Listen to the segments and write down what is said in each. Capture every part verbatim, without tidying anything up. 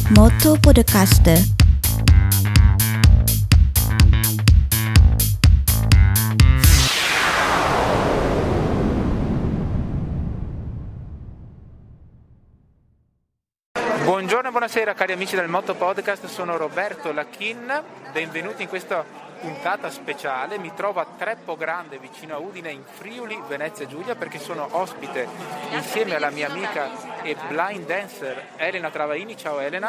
Moto Podcast. Buongiorno e buonasera cari amici del Moto Podcast, sono Roberto Lacchin, benvenuti in questa puntata speciale. Mi trovo a Treppo Grande vicino a Udine in Friuli, Venezia Giulia, perché sono ospite insieme alla mia amica e blind dancer Elena Travaini. Ciao Elena.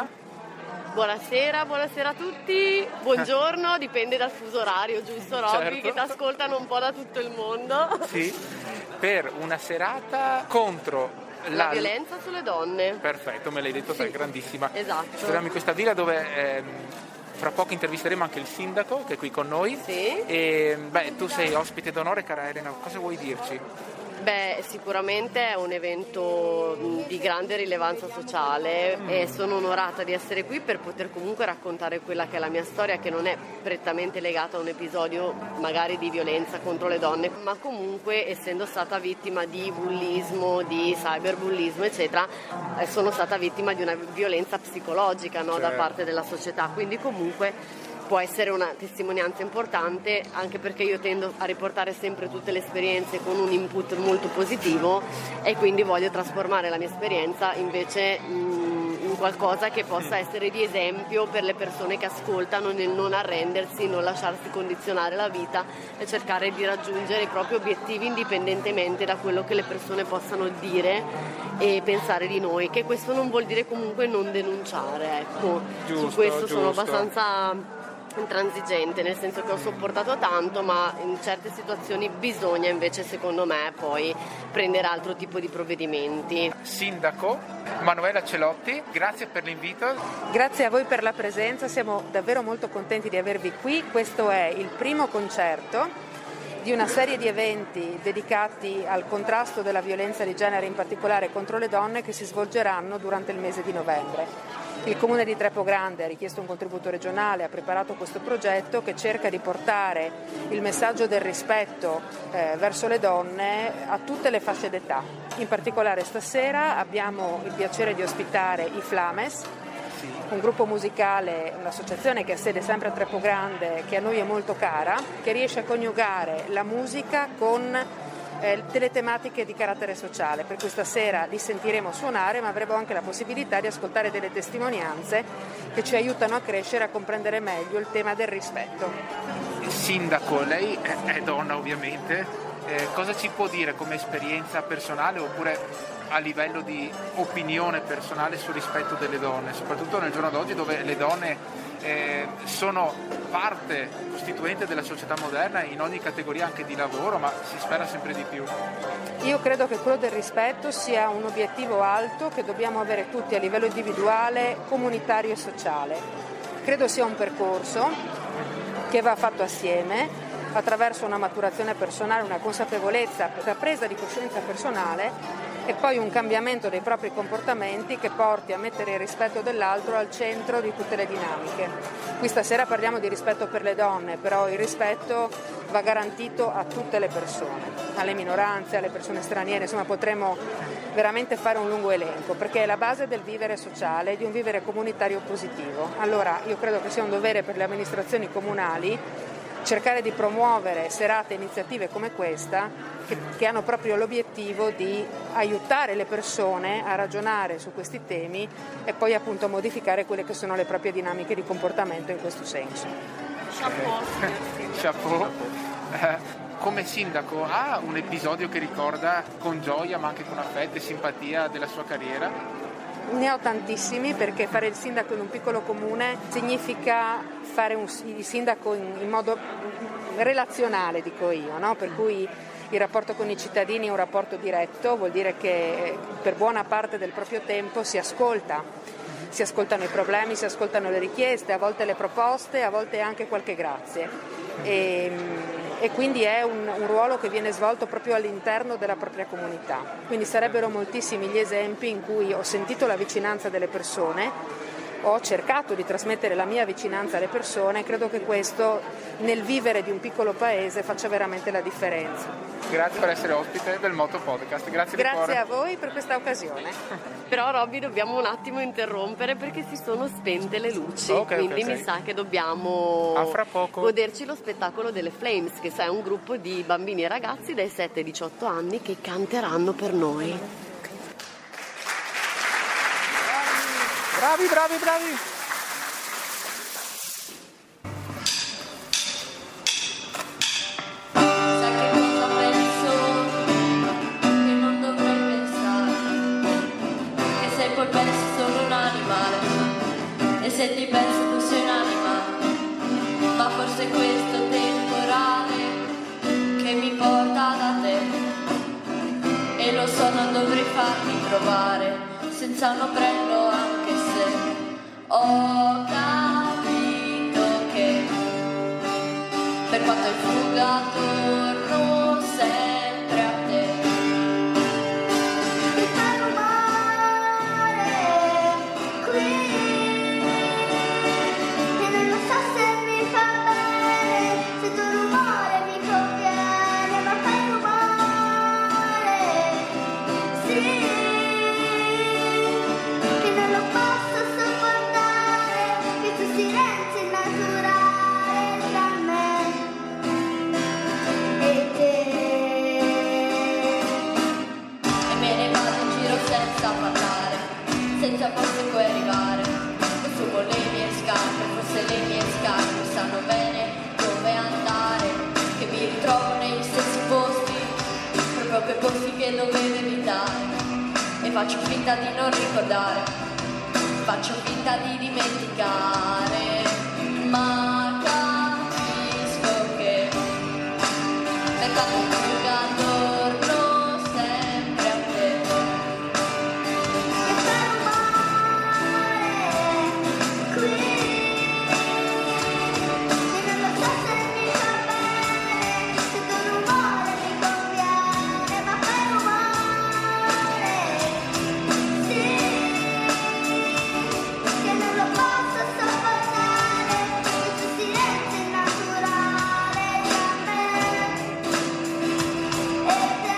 Buonasera, buonasera a tutti, buongiorno, dipende dal fuso orario, giusto Robby? Certo. Che ti ascoltano un po' da tutto il mondo. Sì, per una serata contro La, la violenza sulle donne. Perfetto, me l'hai detto, sei Sì, grandissima. esatto. Ci troviamo in questa villa dove ehm, fra poco intervisteremo anche il sindaco che è qui con noi. Sì. E beh, tu sei ospite d'onore, cara Elena, cosa vuoi dirci? Beh, sicuramente è un evento di grande rilevanza sociale mm. e sono onorata di essere qui per poter comunque raccontare quella che è la mia storia, che non è prettamente legata a un episodio magari di violenza contro le donne, ma comunque essendo stata vittima di bullismo, di cyberbullismo eccetera, sono stata vittima di una violenza psicologica, no? Certo. Da parte della società, quindi comunque può essere una testimonianza importante, anche perché io tendo a riportare sempre tutte le esperienze con un input molto positivo e quindi voglio trasformare la mia esperienza invece mh, in qualcosa che possa essere di esempio per le persone che ascoltano nel non arrendersi, non lasciarsi condizionare la vita e cercare di raggiungere i propri obiettivi indipendentemente da quello che le persone possano dire e pensare di noi, che questo non vuol dire comunque non denunciare, ecco. Giusto, su questo giusto. sono abbastanza intransigente, nel senso che ho sopportato tanto, ma in certe situazioni bisogna invece secondo me poi prendere altro tipo di provvedimenti. Sindaco Manuela Celotti, grazie per l'invito. Grazie a voi per la presenza, siamo davvero molto contenti di avervi qui. Questo è il primo concerto di una serie di eventi dedicati al contrasto della violenza di genere, in particolare contro le donne, che si svolgeranno durante il mese di novembre. Il Comune di Treppo Grande ha richiesto un contributo regionale, ha preparato questo progetto che cerca di portare il messaggio del rispetto eh, verso le donne a tutte le fasce d'età. In particolare stasera abbiamo il piacere di ospitare i Flames, un gruppo musicale, un'associazione che ha sede sempre a Treppo Grande, che a noi è molto cara, che riesce a coniugare la musica con Eh, delle tematiche di carattere sociale. Per questa sera li sentiremo suonare, ma avremo anche la possibilità di ascoltare delle testimonianze che ci aiutano a crescere, a comprendere meglio il tema del rispetto. Sindaco, lei è, è donna ovviamente, eh, cosa ci può dire come esperienza personale oppure a livello di opinione personale sul rispetto delle donne, soprattutto nel giorno d'oggi dove le donne eh, sono parte costituente della società moderna in ogni categoria anche di lavoro, ma si spera sempre di più? Io credo che quello del rispetto sia un obiettivo alto che dobbiamo avere tutti a livello individuale, comunitario e sociale. Credo sia un percorso che va fatto assieme attraverso una maturazione personale, una consapevolezza, una presa di coscienza personale e poi un cambiamento dei propri comportamenti che porti a mettere il rispetto dell'altro al centro di tutte le dinamiche. Qui stasera parliamo di rispetto per le donne, però il rispetto va garantito a tutte le persone, alle minoranze, alle persone straniere, insomma potremmo veramente fare un lungo elenco, perché è la base del vivere sociale, di un vivere comunitario positivo. Allora io credo che sia un dovere per le amministrazioni comunali cercare di promuovere serate e iniziative come questa che, che hanno proprio l'obiettivo di aiutare le persone a ragionare su questi temi e poi appunto a modificare quelle che sono le proprie dinamiche di comportamento in questo senso. Chapeau. Chapeau. Eh, come sindaco ha un episodio che ricorda con gioia ma anche con affetto e simpatia della sua carriera? Ne ho tantissimi, perché fare il sindaco in un piccolo comune significa fare un, il sindaco in, in modo relazionale, dico io, no? Per cui il rapporto con i cittadini è un rapporto diretto, vuol dire che per buona parte del proprio tempo si ascolta, si ascoltano i problemi, si ascoltano le richieste, a volte le proposte, a volte anche qualche grazie. E, e quindi è un, un ruolo che viene svolto proprio all'interno della propria comunità. Quindi sarebbero moltissimi gli esempi in cui ho sentito la vicinanza delle persone ho cercato di trasmettere la mia vicinanza alle persone, credo che questo nel vivere di un piccolo paese faccia veramente la differenza. Grazie per essere ospite del Moto Podcast, grazie di Grazie cuore. a voi per questa occasione. Però Robby dobbiamo un attimo interrompere perché si sono spente le luci, Ok, quindi ok, mi ok. sa che dobbiamo A fra poco. goderci lo spettacolo delle Flames, che è un gruppo di bambini e ragazzi dai sette ai diciotto anni che canteranno per noi. Bravi, bravi, bravi! Sai che cosa penso? Che non dovrei pensare, che sei poi pensi solo un animale, e se ti penso tu sei un animale, ma forse questo temporale che mi porta da te, e lo so non dovrei farmi trovare senza un ombrello, anche se ho capito che per quanto il fuga torno sempre a te. Ti fa rumore qui e non lo so se mi fa bene, se tuo rumore mi conviene, ma fai rumore, sì, che non lo posso sopportare, che tu silenzio è naturale tra me e te. E me ne vado in giro senza parlare, senza forse poi arrivare. Consumo le mie scarpe, forse le mie scarpe sanno bene dove andare, che mi ritrovo negli stessi posti, proprio quei posti che dovevo evitare. E faccio finta di non ricordare, faccio finta di dimenticare, ma capisco che per quanto fuga torno sempre a te. Che fa rumore qui e non lo so se mi fa bene, se tuo rumore mi conviene, ma fai rumore, sì, che non lo posso sopportare, il tuo silenzio è naturale tra me e te.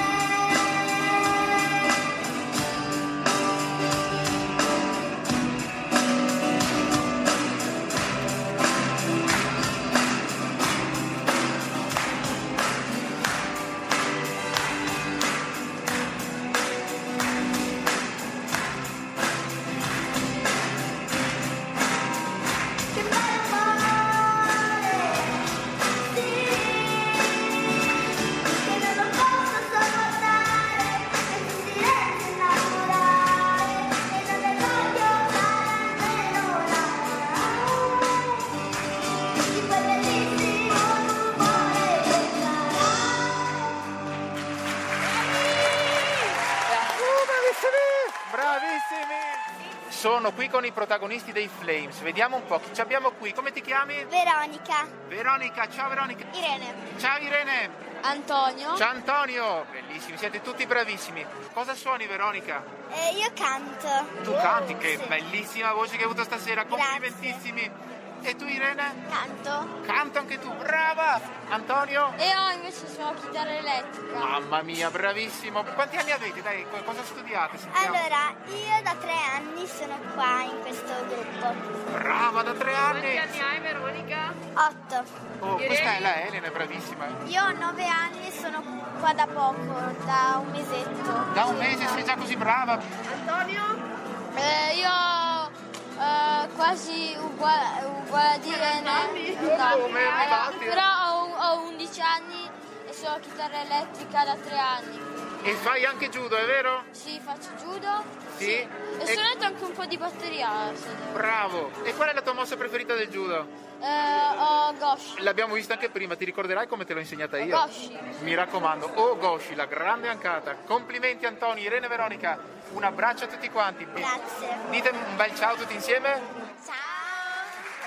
Che bel rumore, sì, che non lo posso sopportare, e il silenzio è naturale, e non ne voglio fare almeno una, di quel bellissimo rumore che Uh, bravissimi! Bravissimi! Sono qui con i protagonisti dei Flames, vediamo un po' chi ci abbiamo qui. Come ti chiami? Veronica, Veronica, ciao Veronica. Irene, Ciao Irene. Antonio, Ciao Antonio. Bellissimi, siete tutti bravissimi. Cosa suoni Veronica? e io canto. Tu canti, che Sì. bellissima voce che hai avuto stasera, Grazie. complimentissimi. E tu Irene? Canto. Canto anche tu, brava! Antonio? E io invece suono chitarra elettrica. Mamma mia, bravissimo! Quanti anni avete? Dai, co- cosa studiate? Sentiamo. Allora, io da tre anni sono qua in questo gruppo. Brava, da tre anni! Quanti anni hai Veronica? Otto. Oh, questa è la Elena, è bravissima. Io ho nove anni e sono qua da poco, da un mesetto. Da un mese sei già così brava. Antonio? Eh, io eh, quasi uguale, uguale a Irene. No, Come? eh, Infatti. però ho, ho undici anni e suono chitarra elettrica da tre anni. E fai anche judo, è vero? Sì, faccio judo. Sì. E E- suonato anche un po' di batteria. Se devo. Bravo! E qual è la tua mossa preferita del judo? Eh, ho Goshi. L'abbiamo vista anche prima, ti ricorderai come te l'ho insegnata io? Goshi. Mi raccomando, oh Goshi, la grande ancata. Complimenti Antonio, Irene e Veronica. Un abbraccio a tutti quanti. Grazie. Dite un bel ciao tutti insieme. Ciao.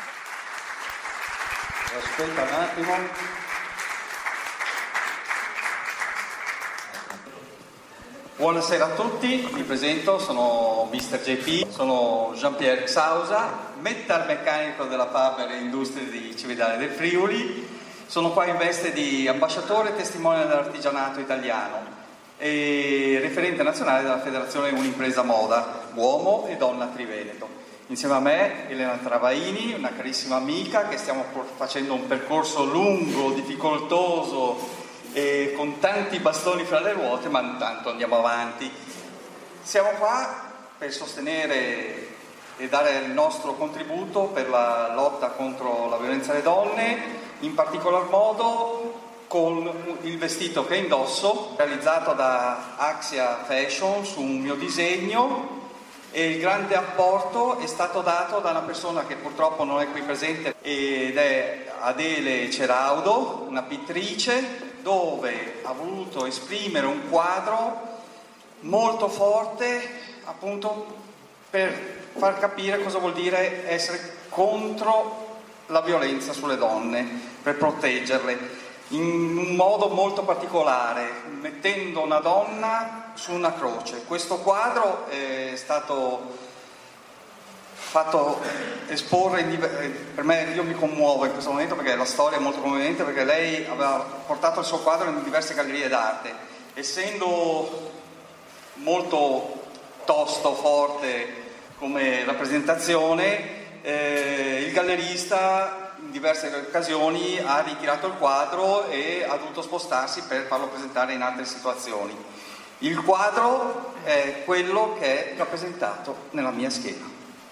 Aspetta un attimo. Buonasera a tutti, mi presento, sono mister J P, sono Jean-Pierre Xausa, metalmeccanico della Faber Industrie di Cividale del Friuli. Sono qua in veste di ambasciatore e testimone dell'artigianato italiano e referente nazionale della Federazione Un'Impresa Moda, uomo e donna Triveneto. Insieme a me Elena Travaini, una carissima amica, che stiamo facendo un percorso lungo, difficoltoso e con tanti bastoni fra le ruote, ma intanto andiamo avanti. Siamo qua per sostenere e dare il nostro contributo per la lotta contro la violenza alle donne, in particolar modo con il vestito che indosso, realizzato da Axia Fashion su un mio disegno, e il grande apporto è stato dato da una persona che purtroppo non è qui presente ed è Adele Ceraudo, una pittrice, dove ha voluto esprimere un quadro molto forte appunto per far capire cosa vuol dire essere contro la violenza sulle donne, per proteggerle in un modo molto particolare, mettendo una donna su una croce. Questo quadro è stato fatto esporre in diver- per me, io mi commuovo in questo momento perché la storia è molto commovente, perché lei aveva portato il suo quadro in diverse gallerie d'arte, essendo molto tosto, forte come rappresentazione, eh, il gallerista in diverse occasioni ha ritirato il quadro e ha dovuto spostarsi per farlo presentare in altre situazioni. Il quadro è quello che è rappresentato nella mia scheda.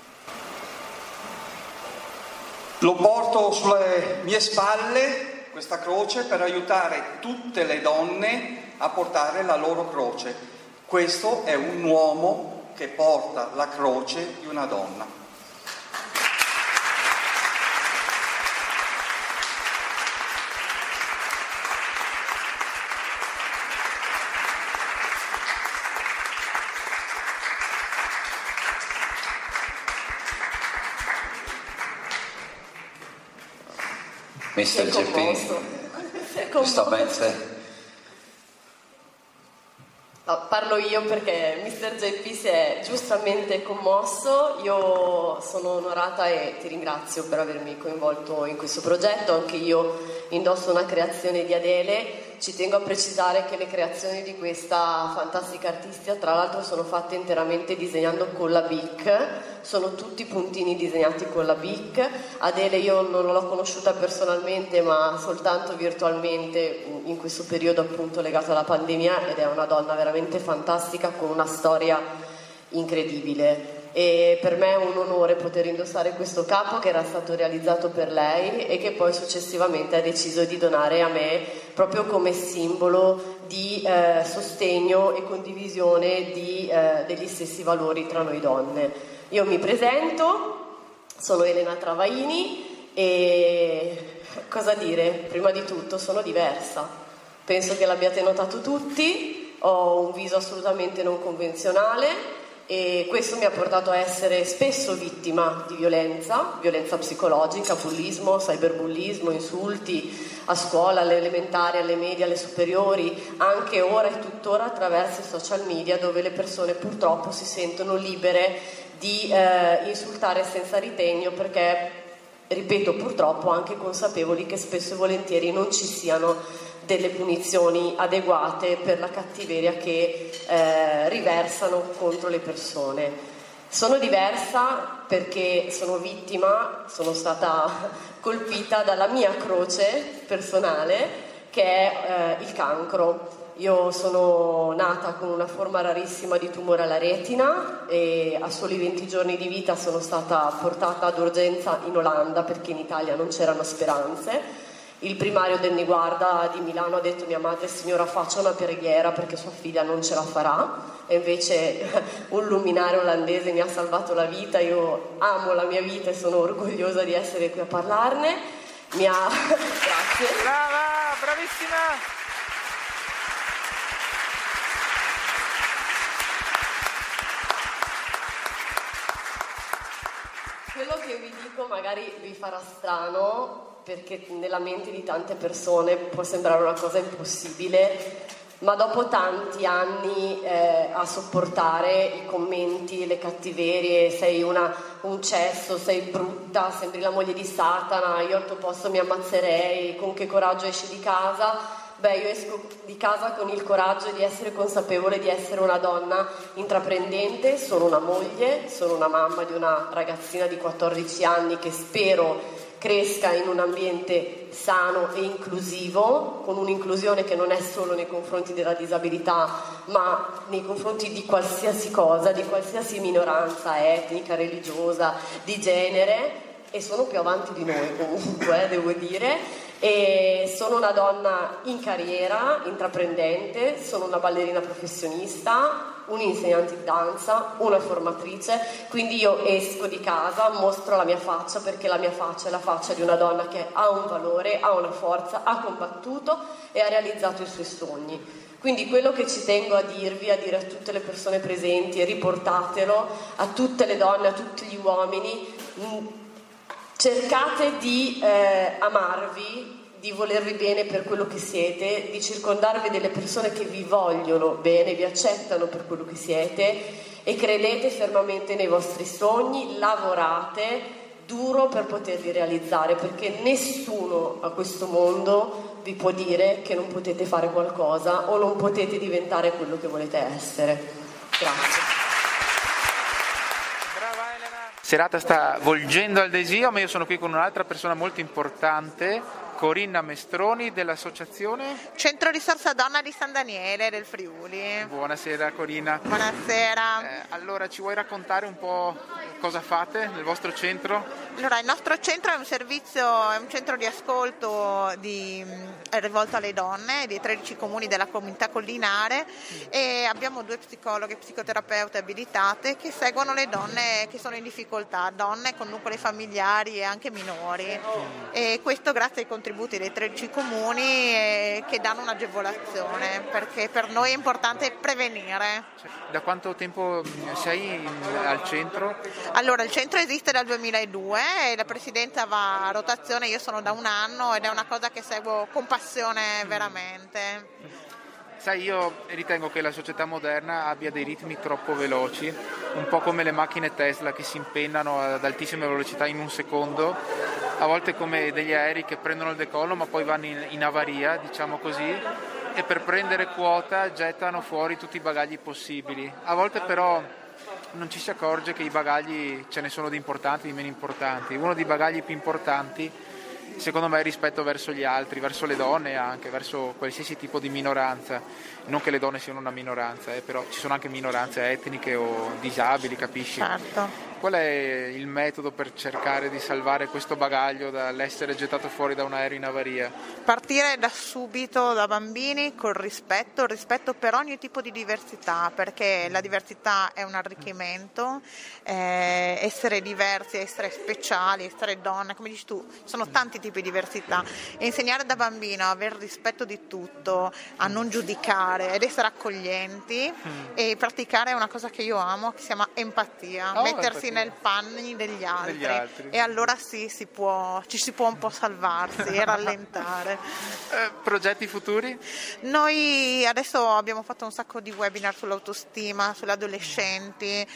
Lo porto sulle mie spalle, questa croce, per aiutare tutte le donne a portare la loro croce. Questo è un uomo che porta la croce di una donna. mister J P, giustamente. No, parlo io perché mister J P si è giustamente commosso. Io sono onorata e ti ringrazio per avermi coinvolto in questo progetto. Anche io indosso una creazione di Adele. Ci tengo a precisare che le creazioni di questa fantastica artista tra l'altro sono fatte interamente disegnando con la Bic, sono tutti puntini disegnati con la Bic. Adele io non l'ho conosciuta personalmente ma soltanto virtualmente in questo periodo appunto legato alla pandemia, ed è una donna veramente fantastica con una storia incredibile. E per me è un onore poter indossare questo capo che era stato realizzato per lei e che poi successivamente ha deciso di donare a me proprio come simbolo di eh, sostegno e condivisione di, eh, degli stessi valori tra noi donne. Io mi presento, sono Elena Travaini e cosa dire? Prima di tutto sono diversa, penso che l'abbiate notato tutti, ho un viso assolutamente non convenzionale e questo mi ha portato a essere spesso vittima di violenza, violenza psicologica, bullismo, cyberbullismo, insulti a scuola, alle elementari, alle medie, alle superiori, anche ora e tuttora attraverso i social media, dove le persone purtroppo si sentono libere di eh, insultare senza ritegno, perché, ripeto, purtroppo anche consapevoli che spesso e volentieri non ci siano delle punizioni adeguate per la cattiveria che eh, riversano contro le persone. Sono diversa perché sono vittima, sono stata colpita dalla mia croce personale, che è eh, il cancro. Io sono nata con una forma rarissima di tumore alla retina e a soli venti giorni di vita sono stata portata d'urgenza in Olanda perché in Italia non c'erano speranze. Il primario del Niguarda di Milano ha detto: mia madre signora, faccia una preghiera perché sua figlia non ce la farà, e invece un luminare olandese mi ha salvato la vita. Io amo la mia vita e sono orgogliosa di essere qui a parlarne. Mi ha... Grazie. Brava, bravissima! Quello che vi dico magari vi farà strano, perché nella mente di tante persone può sembrare una cosa impossibile, ma dopo tanti anni eh, a sopportare i commenti, le cattiverie, sei una, un cesso, sei brutta, sembri la moglie di Satana, io al tuo posto mi ammazzerei, con che coraggio esci di casa? Beh, io esco di casa con il coraggio di essere consapevole di essere una donna intraprendente, sono una moglie, sono una mamma di una ragazzina di quattordici anni che spero cresca in un ambiente sano e inclusivo, con un'inclusione che non è solo nei confronti della disabilità, ma nei confronti di qualsiasi cosa, di qualsiasi minoranza etnica, religiosa, di genere, e sono più avanti di noi comunque, devo dire. E sono una donna in carriera, intraprendente, sono una ballerina professionista, un'insegnante di danza, una formatrice, quindi io esco di casa, mostro la mia faccia, perché la mia faccia è la faccia di una donna che ha un valore, ha una forza, ha combattuto e ha realizzato i suoi sogni. Quindi quello che ci tengo a dirvi, a dire a tutte le persone presenti, e riportatelo a tutte le donne, a tutti gli uomini, mh, cercate di eh, amarvi, di volervi bene per quello che siete, di circondarvi delle persone che vi vogliono bene, vi accettano per quello che siete, e credete fermamente nei vostri sogni, lavorate duro per poterli realizzare, perché nessuno a questo mondo vi può dire che non potete fare qualcosa o non potete diventare quello che volete essere. Grazie. Serata sta volgendo al desio, ma io sono qui con un'altra persona molto importante, Corinna Mestroni dell'associazione Centro Risorsa Donna di San Daniele del Friuli. Buonasera Corinna. Buonasera. Eh, allora ci vuoi raccontare un po' cosa fate nel vostro centro? Allora, il nostro centro è un servizio, è un centro di ascolto di, è rivolto alle donne dei tredici comuni della comunità collinare, e abbiamo due psicologhe, psicoterapeute abilitate che seguono le donne che sono in difficoltà, donne con nuclei familiari e anche minori, e questo grazie ai contributi dei tredici comuni eh, che danno un'agevolazione, perché per noi è importante prevenire. Da quanto tempo sei in, al centro? Allora, il centro esiste dal duemiladue e la presidenza va a rotazione, io sono da un anno ed è una cosa che seguo con passione veramente. Sai, io ritengo che la società moderna abbia dei ritmi troppo veloci, un po' come le macchine Tesla che si impennano ad altissime velocità in un secondo, a volte come degli aerei che prendono il decollo ma poi vanno in, in avaria, diciamo così, e per prendere quota gettano fuori tutti i bagagli possibili. A volte però non ci si accorge che i bagagli ce ne sono di importanti e di meno importanti. Uno dei bagagli più importanti, secondo me, è il rispetto verso gli altri, verso le donne e anche verso qualsiasi tipo di minoranza. Non che le donne siano una minoranza, eh, però ci sono anche minoranze etniche o disabili, capisci? Certo. Qual è il metodo per cercare di salvare questo bagaglio dall'essere gettato fuori da un aereo in avaria? Partire da subito, da bambini, col rispetto, il rispetto per ogni tipo di diversità, perché la diversità è un arricchimento, eh, essere diversi, essere speciali, essere donne, come dici tu, sono tanti tipi di diversità, e insegnare da bambino a avere rispetto di tutto, a non giudicare ed essere accoglienti mm. e praticare una cosa che io amo, che si chiama empatia, oh, mettersi empatia. nel panni degli altri, degli altri, e allora sì, si può, ci si può un po' salvarsi e rallentare. Eh, progetti futuri? Noi adesso abbiamo fatto un sacco di webinar sull'autostima, sulle adolescenti,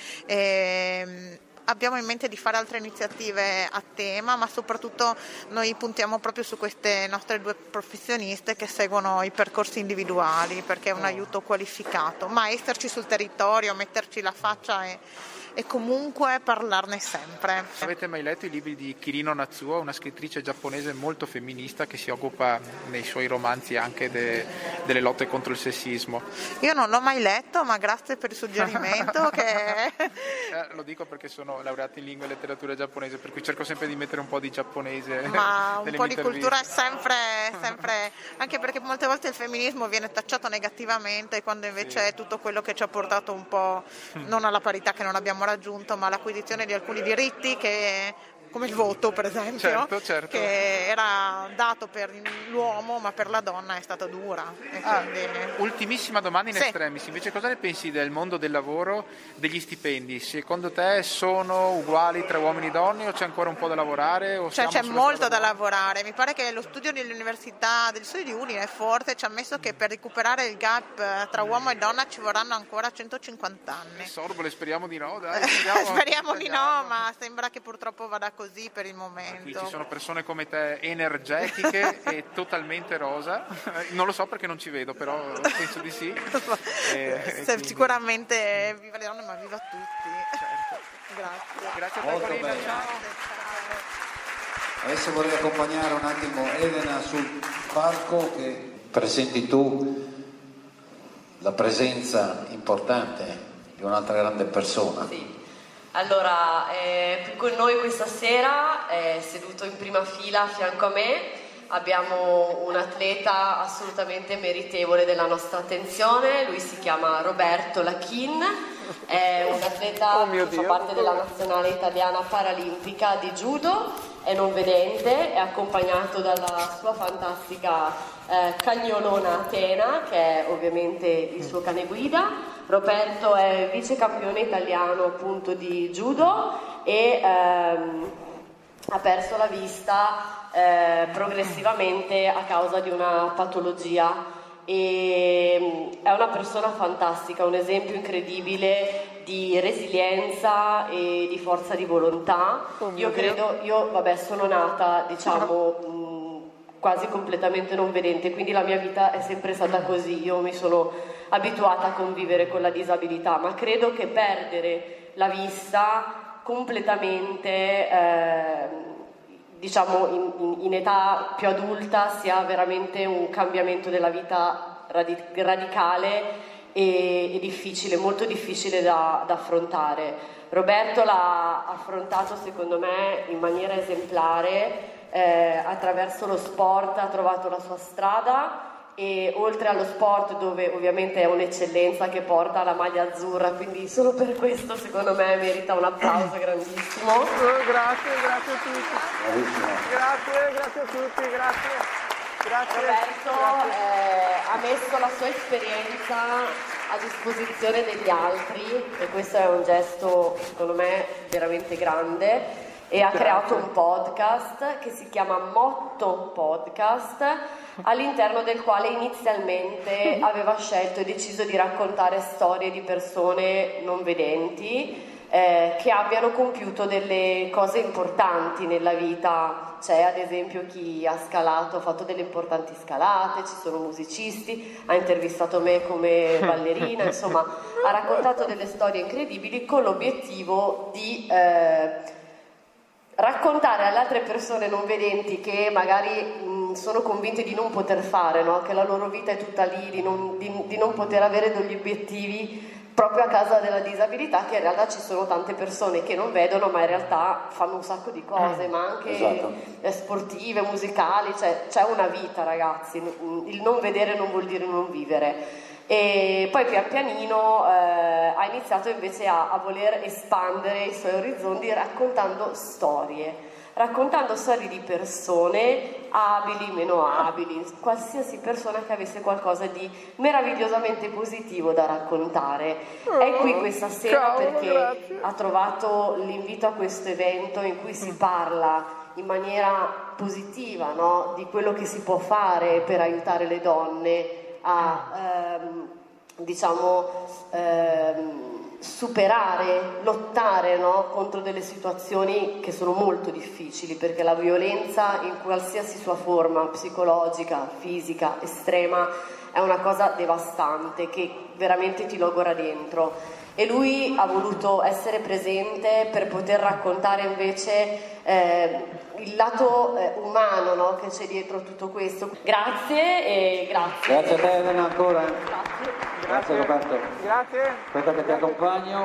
e abbiamo in mente di fare altre iniziative a tema, ma soprattutto noi puntiamo proprio su queste nostre due professioniste che seguono i percorsi individuali, perché è un aiuto qualificato, ma esserci sul territorio, metterci la faccia e, e comunque parlarne sempre. Avete mai letto i libri di Kirino Natsuo, una scrittrice giapponese molto femminista che si occupa nei suoi romanzi anche de, delle lotte contro il sessismo? Io non l'ho mai letto, ma grazie per il suggerimento. che... eh, lo dico perché sono laureata in lingua e letteratura giapponese, per cui cerco sempre di mettere un po' di giapponese. Ma un po' di cultura è sempre, sempre, anche perché molte volte il femminismo viene tacciato negativamente, quando invece sì. è tutto quello che ci ha portato un po' non alla parità che non abbiamo abbiamo raggiunto, ma l'acquisizione di alcuni diritti che, come il voto per esempio, certo, certo. che era dato per l'uomo ma per la donna è stata dura. E ah, quindi... Ultimissima domanda in sì. extremis, invece cosa ne pensi del mondo del lavoro, degli stipendi? Secondo te sono uguali tra uomini e donne o c'è ancora un po' da lavorare? O cioè c'è sulla molto strada da lavorare, mi pare che lo studio dell'università, del studio di Udine forse ci ha messo che per recuperare il gap tra uomo e donna ci vorranno ancora centocinquanta anni. Sorbole, speriamo di no, dai. Speriamo, speriamo di no, ma sembra che purtroppo vada così per il momento. Qui ci sono persone come te energetiche e totalmente rosa, non lo so perché non ci vedo, però penso di sì. E, quindi... Sicuramente viva le donne, ma viva tutti. Certo. Grazie. Grazie a te, Molto Corina. bene. Ciao. Adesso vorrei accompagnare un attimo Elena sul palco, che presenti tu la presenza importante di un'altra grande persona. Sì. Allora, eh, con noi questa sera, eh, seduto in prima fila a fianco a me, abbiamo un atleta assolutamente meritevole della nostra attenzione. Lui si chiama Roberto Lachin, è un atleta oh che fa parte della nazionale italiana paralimpica di judo, è non vedente, è accompagnato dalla sua fantastica eh, cagnolona Atena, che è ovviamente il suo cane guida. Roberto è vice campione italiano appunto di judo e ehm, ha perso la vista eh, progressivamente a causa di una patologia e è una persona fantastica, un esempio incredibile di resilienza e di forza di volontà. Io credo, io vabbè sono nata diciamo mh, quasi completamente non vedente, quindi la mia vita è sempre stata così, io mi sono abituata a convivere con la disabilità, ma credo che perdere la vista completamente eh, diciamo in, in, in età più adulta sia veramente un cambiamento della vita radic- radicale e, e difficile, molto difficile da, da affrontare. Roberto l'ha affrontato secondo me in maniera esemplare, eh, attraverso lo sport ha trovato la sua strada e oltre allo sport, dove ovviamente è un'eccellenza che porta la maglia azzurra, quindi solo per questo secondo me merita un applauso grandissimo. Oh, grazie, grazie a tutti. Bravissimo. Grazie, grazie a tutti, grazie. Grazie. Roberto eh, ha messo la sua esperienza a disposizione degli altri e questo è un gesto secondo me veramente grande. E ha creato un podcast che si chiama Motto Podcast, all'interno del quale inizialmente aveva scelto e deciso di raccontare storie di persone non vedenti eh, che abbiano compiuto delle cose importanti nella vita. C'è ad esempio chi ha scalato, ha fatto delle importanti scalate, ci sono musicisti, ha intervistato me come ballerina, insomma ha raccontato delle storie incredibili con l'obiettivo di eh, raccontare alle altre persone non vedenti che magari mh, sono convinte di non poter fare, no? Che la loro vita è tutta lì, di non, di, di non poter avere degli obiettivi proprio a causa della disabilità, che in realtà ci sono tante persone che non vedono ma in realtà fanno un sacco di cose, ma anche esatto. sportive, musicali, cioè c'è una vita ragazzi, il non vedere non vuol dire non vivere. E poi pian pianino eh, ha iniziato invece a, a voler espandere i suoi orizzonti raccontando storie, raccontando storie di persone abili, meno abili, qualsiasi persona che avesse qualcosa di meravigliosamente positivo da raccontare. È qui questa sera perché ha trovato l'invito a questo evento in cui si parla in maniera positiva, no? Di quello che si può fare per aiutare le donne a ehm, diciamo ehm, superare, lottare, no? Contro delle situazioni che sono molto difficili, perché la violenza in qualsiasi sua forma, psicologica, fisica, estrema, è una cosa devastante che veramente ti logora dentro. E lui ha voluto essere presente per poter raccontare invece eh, il lato eh, umano, no? Che c'è dietro tutto questo. Grazie e grazie. Grazie a te Elena ancora. Grazie. Grazie Roberto. Grazie. Aspetta che ti accompagno.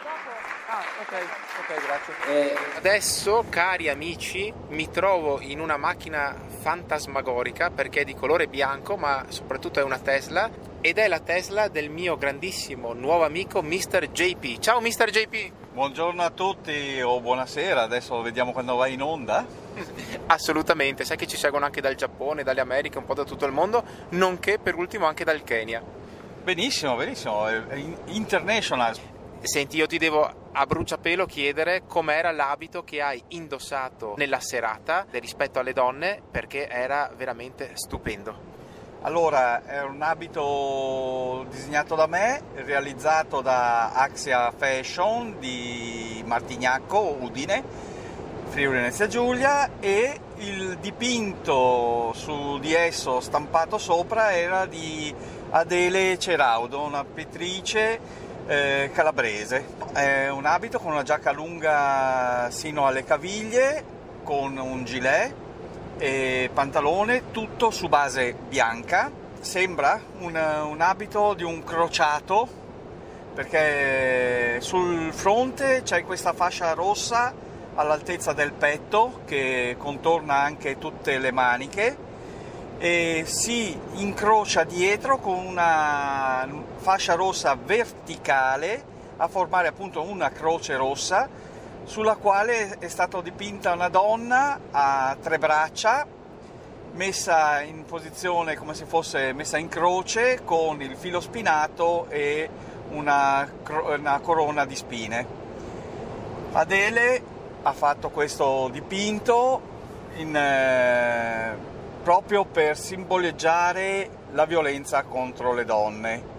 Ah, ok, ok, grazie. E Adesso, cari amici, mi trovo in una macchina fantasmagorica perché è di colore bianco, ma soprattutto è una Tesla. ed è la Tesla del mio grandissimo nuovo amico mister J P. Ciao mister J P! Buongiorno a tutti o buonasera, adesso vediamo quando va in onda. Assolutamente, sai che ci seguono anche dal Giappone, dalle Americhe, un po' da tutto il mondo, nonché per ultimo anche dal Kenya. Benissimo, benissimo, è international. Senti, io ti devo a bruciapelo chiedere com'era l'abito che hai indossato nella serata rispetto alle donne, perché era veramente stupendo. Allora, è un abito disegnato da me, realizzato da Axia Fashion di Martignacco, Udine, Friuli Venezia Giulia, e il dipinto su di esso stampato sopra era di Adele Ceraudo, una pittrice eh, calabrese. È un abito con una giacca lunga sino alle caviglie, con un gilet e pantalone, tutto su base bianca. Sembra un, un abito di un crociato, perché sul fronte c'è questa fascia rossa all'altezza del petto che contorna anche tutte le maniche e si incrocia dietro con una fascia rossa verticale a formare appunto una croce rossa, sulla quale è stata dipinta una donna a tre braccia, messa in posizione come se fosse messa in croce, con il filo spinato e una, una corona di spine. Adele ha fatto questo dipinto in, eh, proprio per simboleggiare la violenza contro le donne.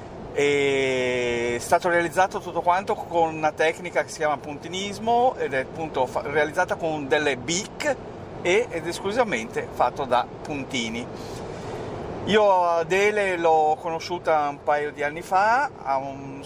È stato realizzato tutto quanto con una tecnica che si chiama puntinismo ed è appunto realizzata con delle bic ed esclusivamente fatto da puntini. Io Adele l'ho conosciuta un paio di anni fa a un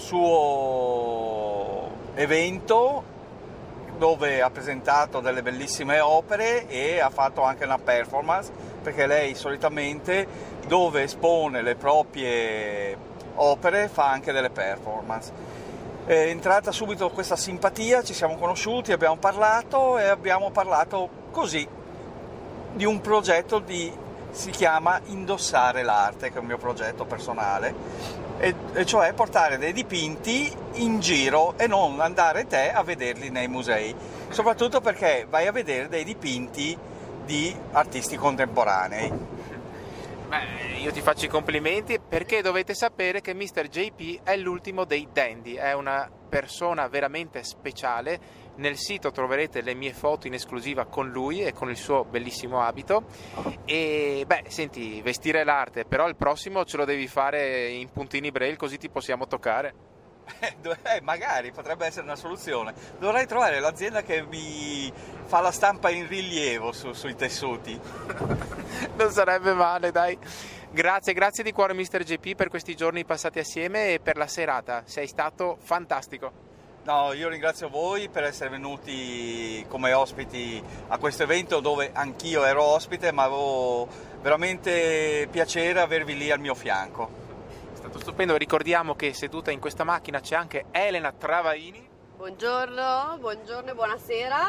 suo evento dove ha presentato delle bellissime opere e ha fatto anche una performance, perché lei solitamente dove espone le proprie opere fa anche delle performance. È entrata subito questa simpatia, ci siamo conosciuti, abbiamo parlato e abbiamo parlato così di un progetto di si chiama Indossare l'arte, che è un mio progetto personale, e, e cioè portare dei dipinti in giro e non andare te a vederli nei musei, soprattutto perché vai a vedere dei dipinti di artisti contemporanei. Beh, io ti faccio i complimenti, perché dovete sapere che mister J P è l'ultimo dei dandy, è una persona veramente speciale. Nel sito troverete le mie foto in esclusiva con lui e con il suo bellissimo abito. E beh, senti, vestire l'arte, però il prossimo ce lo devi fare in puntini braille, così ti possiamo toccare. Eh, magari potrebbe essere una soluzione. Dovrei trovare l'azienda che mi fa la stampa in rilievo su, sui tessuti. Non sarebbe male, dai. Grazie, grazie di cuore mister J P per questi giorni passati assieme e per la serata. Sei stato fantastico. No, io ringrazio voi per essere venuti come ospiti a questo evento dove anch'io ero ospite, ma avevo veramente piacere avervi lì al mio fianco. È stato stupendo. Ricordiamo che seduta in questa macchina c'è anche Elena Travaini. Buongiorno, buongiorno e buonasera.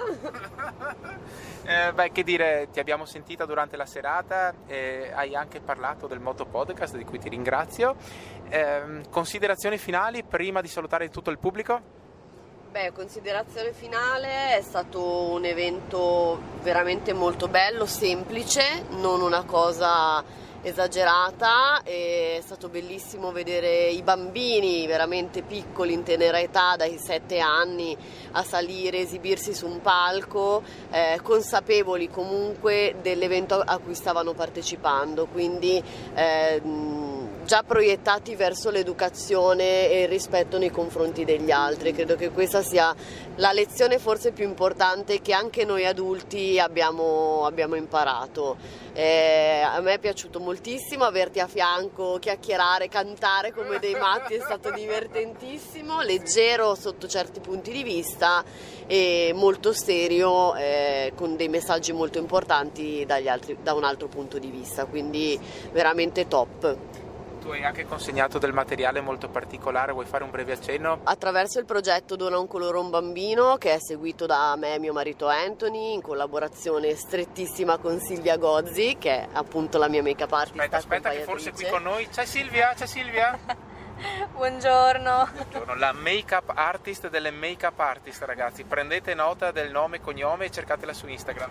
eh, beh, che dire, ti abbiamo sentita durante la serata, eh, hai anche parlato del Moto Podcast, di cui ti ringrazio. Eh, considerazioni finali prima di salutare tutto il pubblico? Beh, considerazione finale, è stato un evento veramente molto bello, semplice, non una cosa esagerata, è stato bellissimo vedere i bambini veramente piccoli, in tenera età, dai sette anni a salire, esibirsi su un palco, eh, consapevoli comunque dell'evento a cui stavano partecipando, quindi eh, già proiettati verso l'educazione e il rispetto nei confronti degli altri. Credo che questa sia la lezione forse più importante che anche noi adulti abbiamo, abbiamo imparato. Eh, a me è piaciuto moltissimo averti a fianco, chiacchierare, cantare come dei matti, è stato divertentissimo, leggero sotto certi punti di vista e molto serio, eh, con dei messaggi molto importanti dagli altri, da un altro punto di vista, quindi veramente top. tu hai anche consegnato del materiale molto particolare, vuoi fare un breve accenno? Attraverso il progetto Dona un colore a un bambino, che è seguito da me e mio marito Anthony, in collaborazione strettissima con Silvia Gozzi, che è appunto la mia make-up artist. Aspetta, aspetta che forse è qui con noi. C'è Silvia, c'è Silvia? Buongiorno. Buongiorno, la make-up artist delle make-up artist, ragazzi. Prendete nota del nome e cognome e cercatela su Instagram.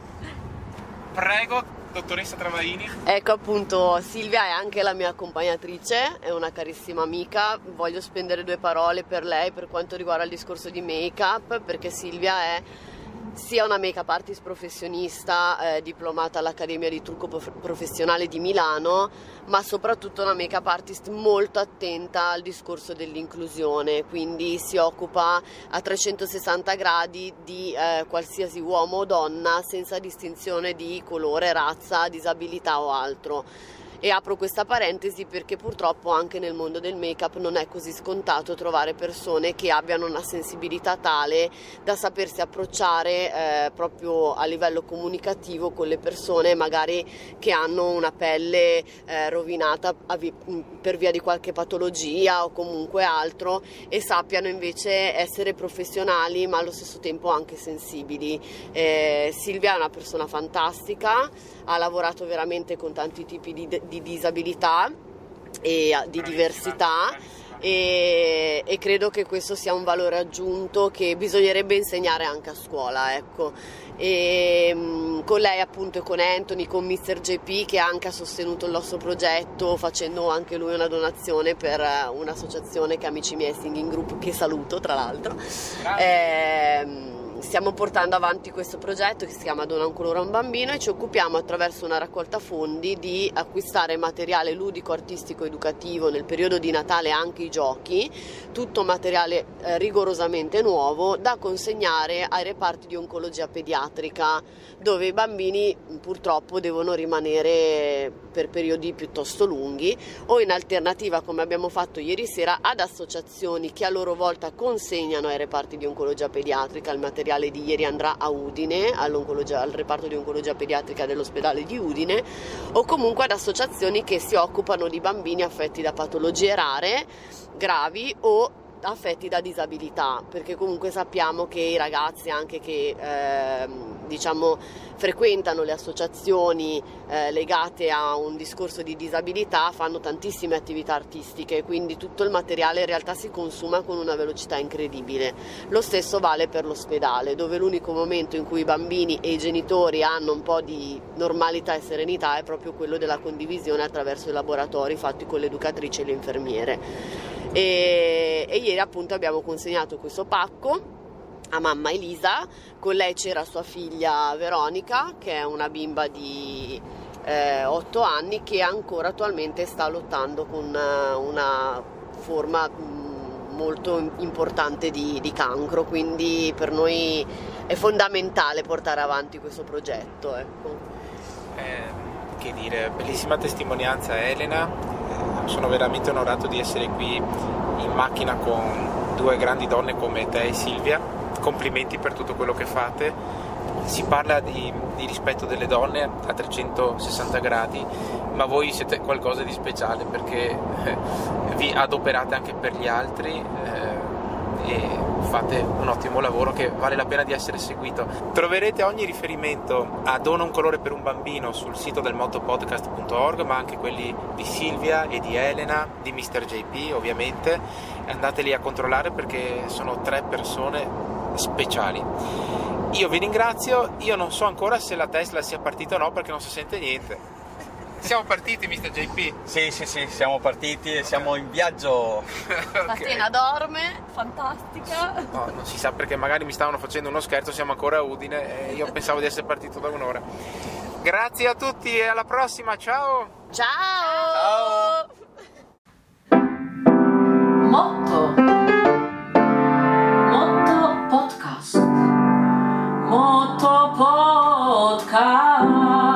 Prego, dottoressa Travaini. Ecco, appunto, Silvia è anche la mia accompagnatrice, è una carissima amica. Voglio spendere due parole per lei per quanto riguarda il discorso di make-up, perché Silvia è sia una make-up artist professionista, eh, diplomata all'Accademia di Trucco Professionale di Milano, ma soprattutto una make-up artist molto attenta al discorso dell'inclusione, quindi si occupa a trecentosessanta gradi di eh, qualsiasi uomo o donna, senza distinzione di colore, razza, disabilità o altro. E apro questa parentesi perché purtroppo anche nel mondo del make-up non è così scontato trovare persone che abbiano una sensibilità tale da sapersi approcciare eh, proprio a livello comunicativo con le persone magari che hanno una pelle eh, rovinata per via di qualche patologia o comunque altro, e sappiano invece essere professionali ma allo stesso tempo anche sensibili. Eh, Silvia è una persona fantastica, ha lavorato veramente con tanti tipi di, di disabilità e di diversità e, e credo che questo sia un valore aggiunto che bisognerebbe insegnare anche a scuola, ecco. E, mh, con lei appunto e con Anthony, con mister J P, che anche ha sostenuto il nostro progetto facendo anche lui una donazione per un'associazione che Amici Miei Singing Group, che saluto tra l'altro. Eh, Stiamo portando avanti questo progetto che si chiama Dona un colore a un bambino e ci occupiamo attraverso una raccolta fondi di acquistare materiale ludico, artistico, educativo, nel periodo di Natale anche i giochi, tutto materiale eh, rigorosamente nuovo da consegnare ai reparti di oncologia pediatrica, dove i bambini purtroppo devono rimanere per periodi piuttosto lunghi, o in alternativa, come abbiamo fatto ieri sera, ad associazioni che a loro volta consegnano ai reparti di oncologia pediatrica il materiale di ieri andrà a Udine, al reparto di oncologia pediatrica dell'ospedale di Udine, o comunque ad associazioni che si occupano di bambini affetti da patologie rare, gravi o affetti da disabilità, perché comunque sappiamo che i ragazzi anche che eh, diciamo frequentano le associazioni eh, legate a un discorso di disabilità fanno tantissime attività artistiche, quindi tutto il materiale in realtà si consuma con una velocità incredibile. Lo stesso vale per l'ospedale, dove l'unico momento in cui i bambini e i genitori hanno un po' di normalità e serenità è proprio quello della condivisione attraverso i laboratori fatti con le educatrici e le infermiere. E, e ieri appunto abbiamo consegnato questo pacco a mamma Elisa, con lei c'era sua figlia Veronica, che è una bimba di eh, otto anni che ancora attualmente sta lottando con una, una forma mh, molto importante di, di cancro, quindi per noi è fondamentale portare avanti questo progetto, ecco. Eh, che dire, bellissima testimonianza Elena, eh, sono veramente onorato di essere qui in macchina con due grandi donne come te e Silvia. Complimenti per tutto quello che fate. Si parla di, di rispetto delle donne a trecentosessanta gradi, ma voi siete qualcosa di speciale perché eh, vi adoperate anche per gli altri eh, e fate un ottimo lavoro che vale la pena di essere seguito. Troverete ogni riferimento a Dona un colore per un bambino sul sito del motopodcast punto org, ma anche quelli di Silvia e di Elena, di mister J P ovviamente. Andateli a controllare perché sono tre persone speciali. Io vi ringrazio, io non so ancora se la Tesla sia partita o no perché non si sente niente. Siamo partiti, mister J P? Sì, sì, sì, siamo partiti e siamo in viaggio. La Tena dorme, fantastica. No, non si sa perché magari mi stavano facendo uno scherzo, siamo ancora a Udine e io pensavo di essere partito da un'ora. Grazie a tutti e alla prossima, ciao! Ciao! Ciao! Motto Motto Podcast Motto Podcast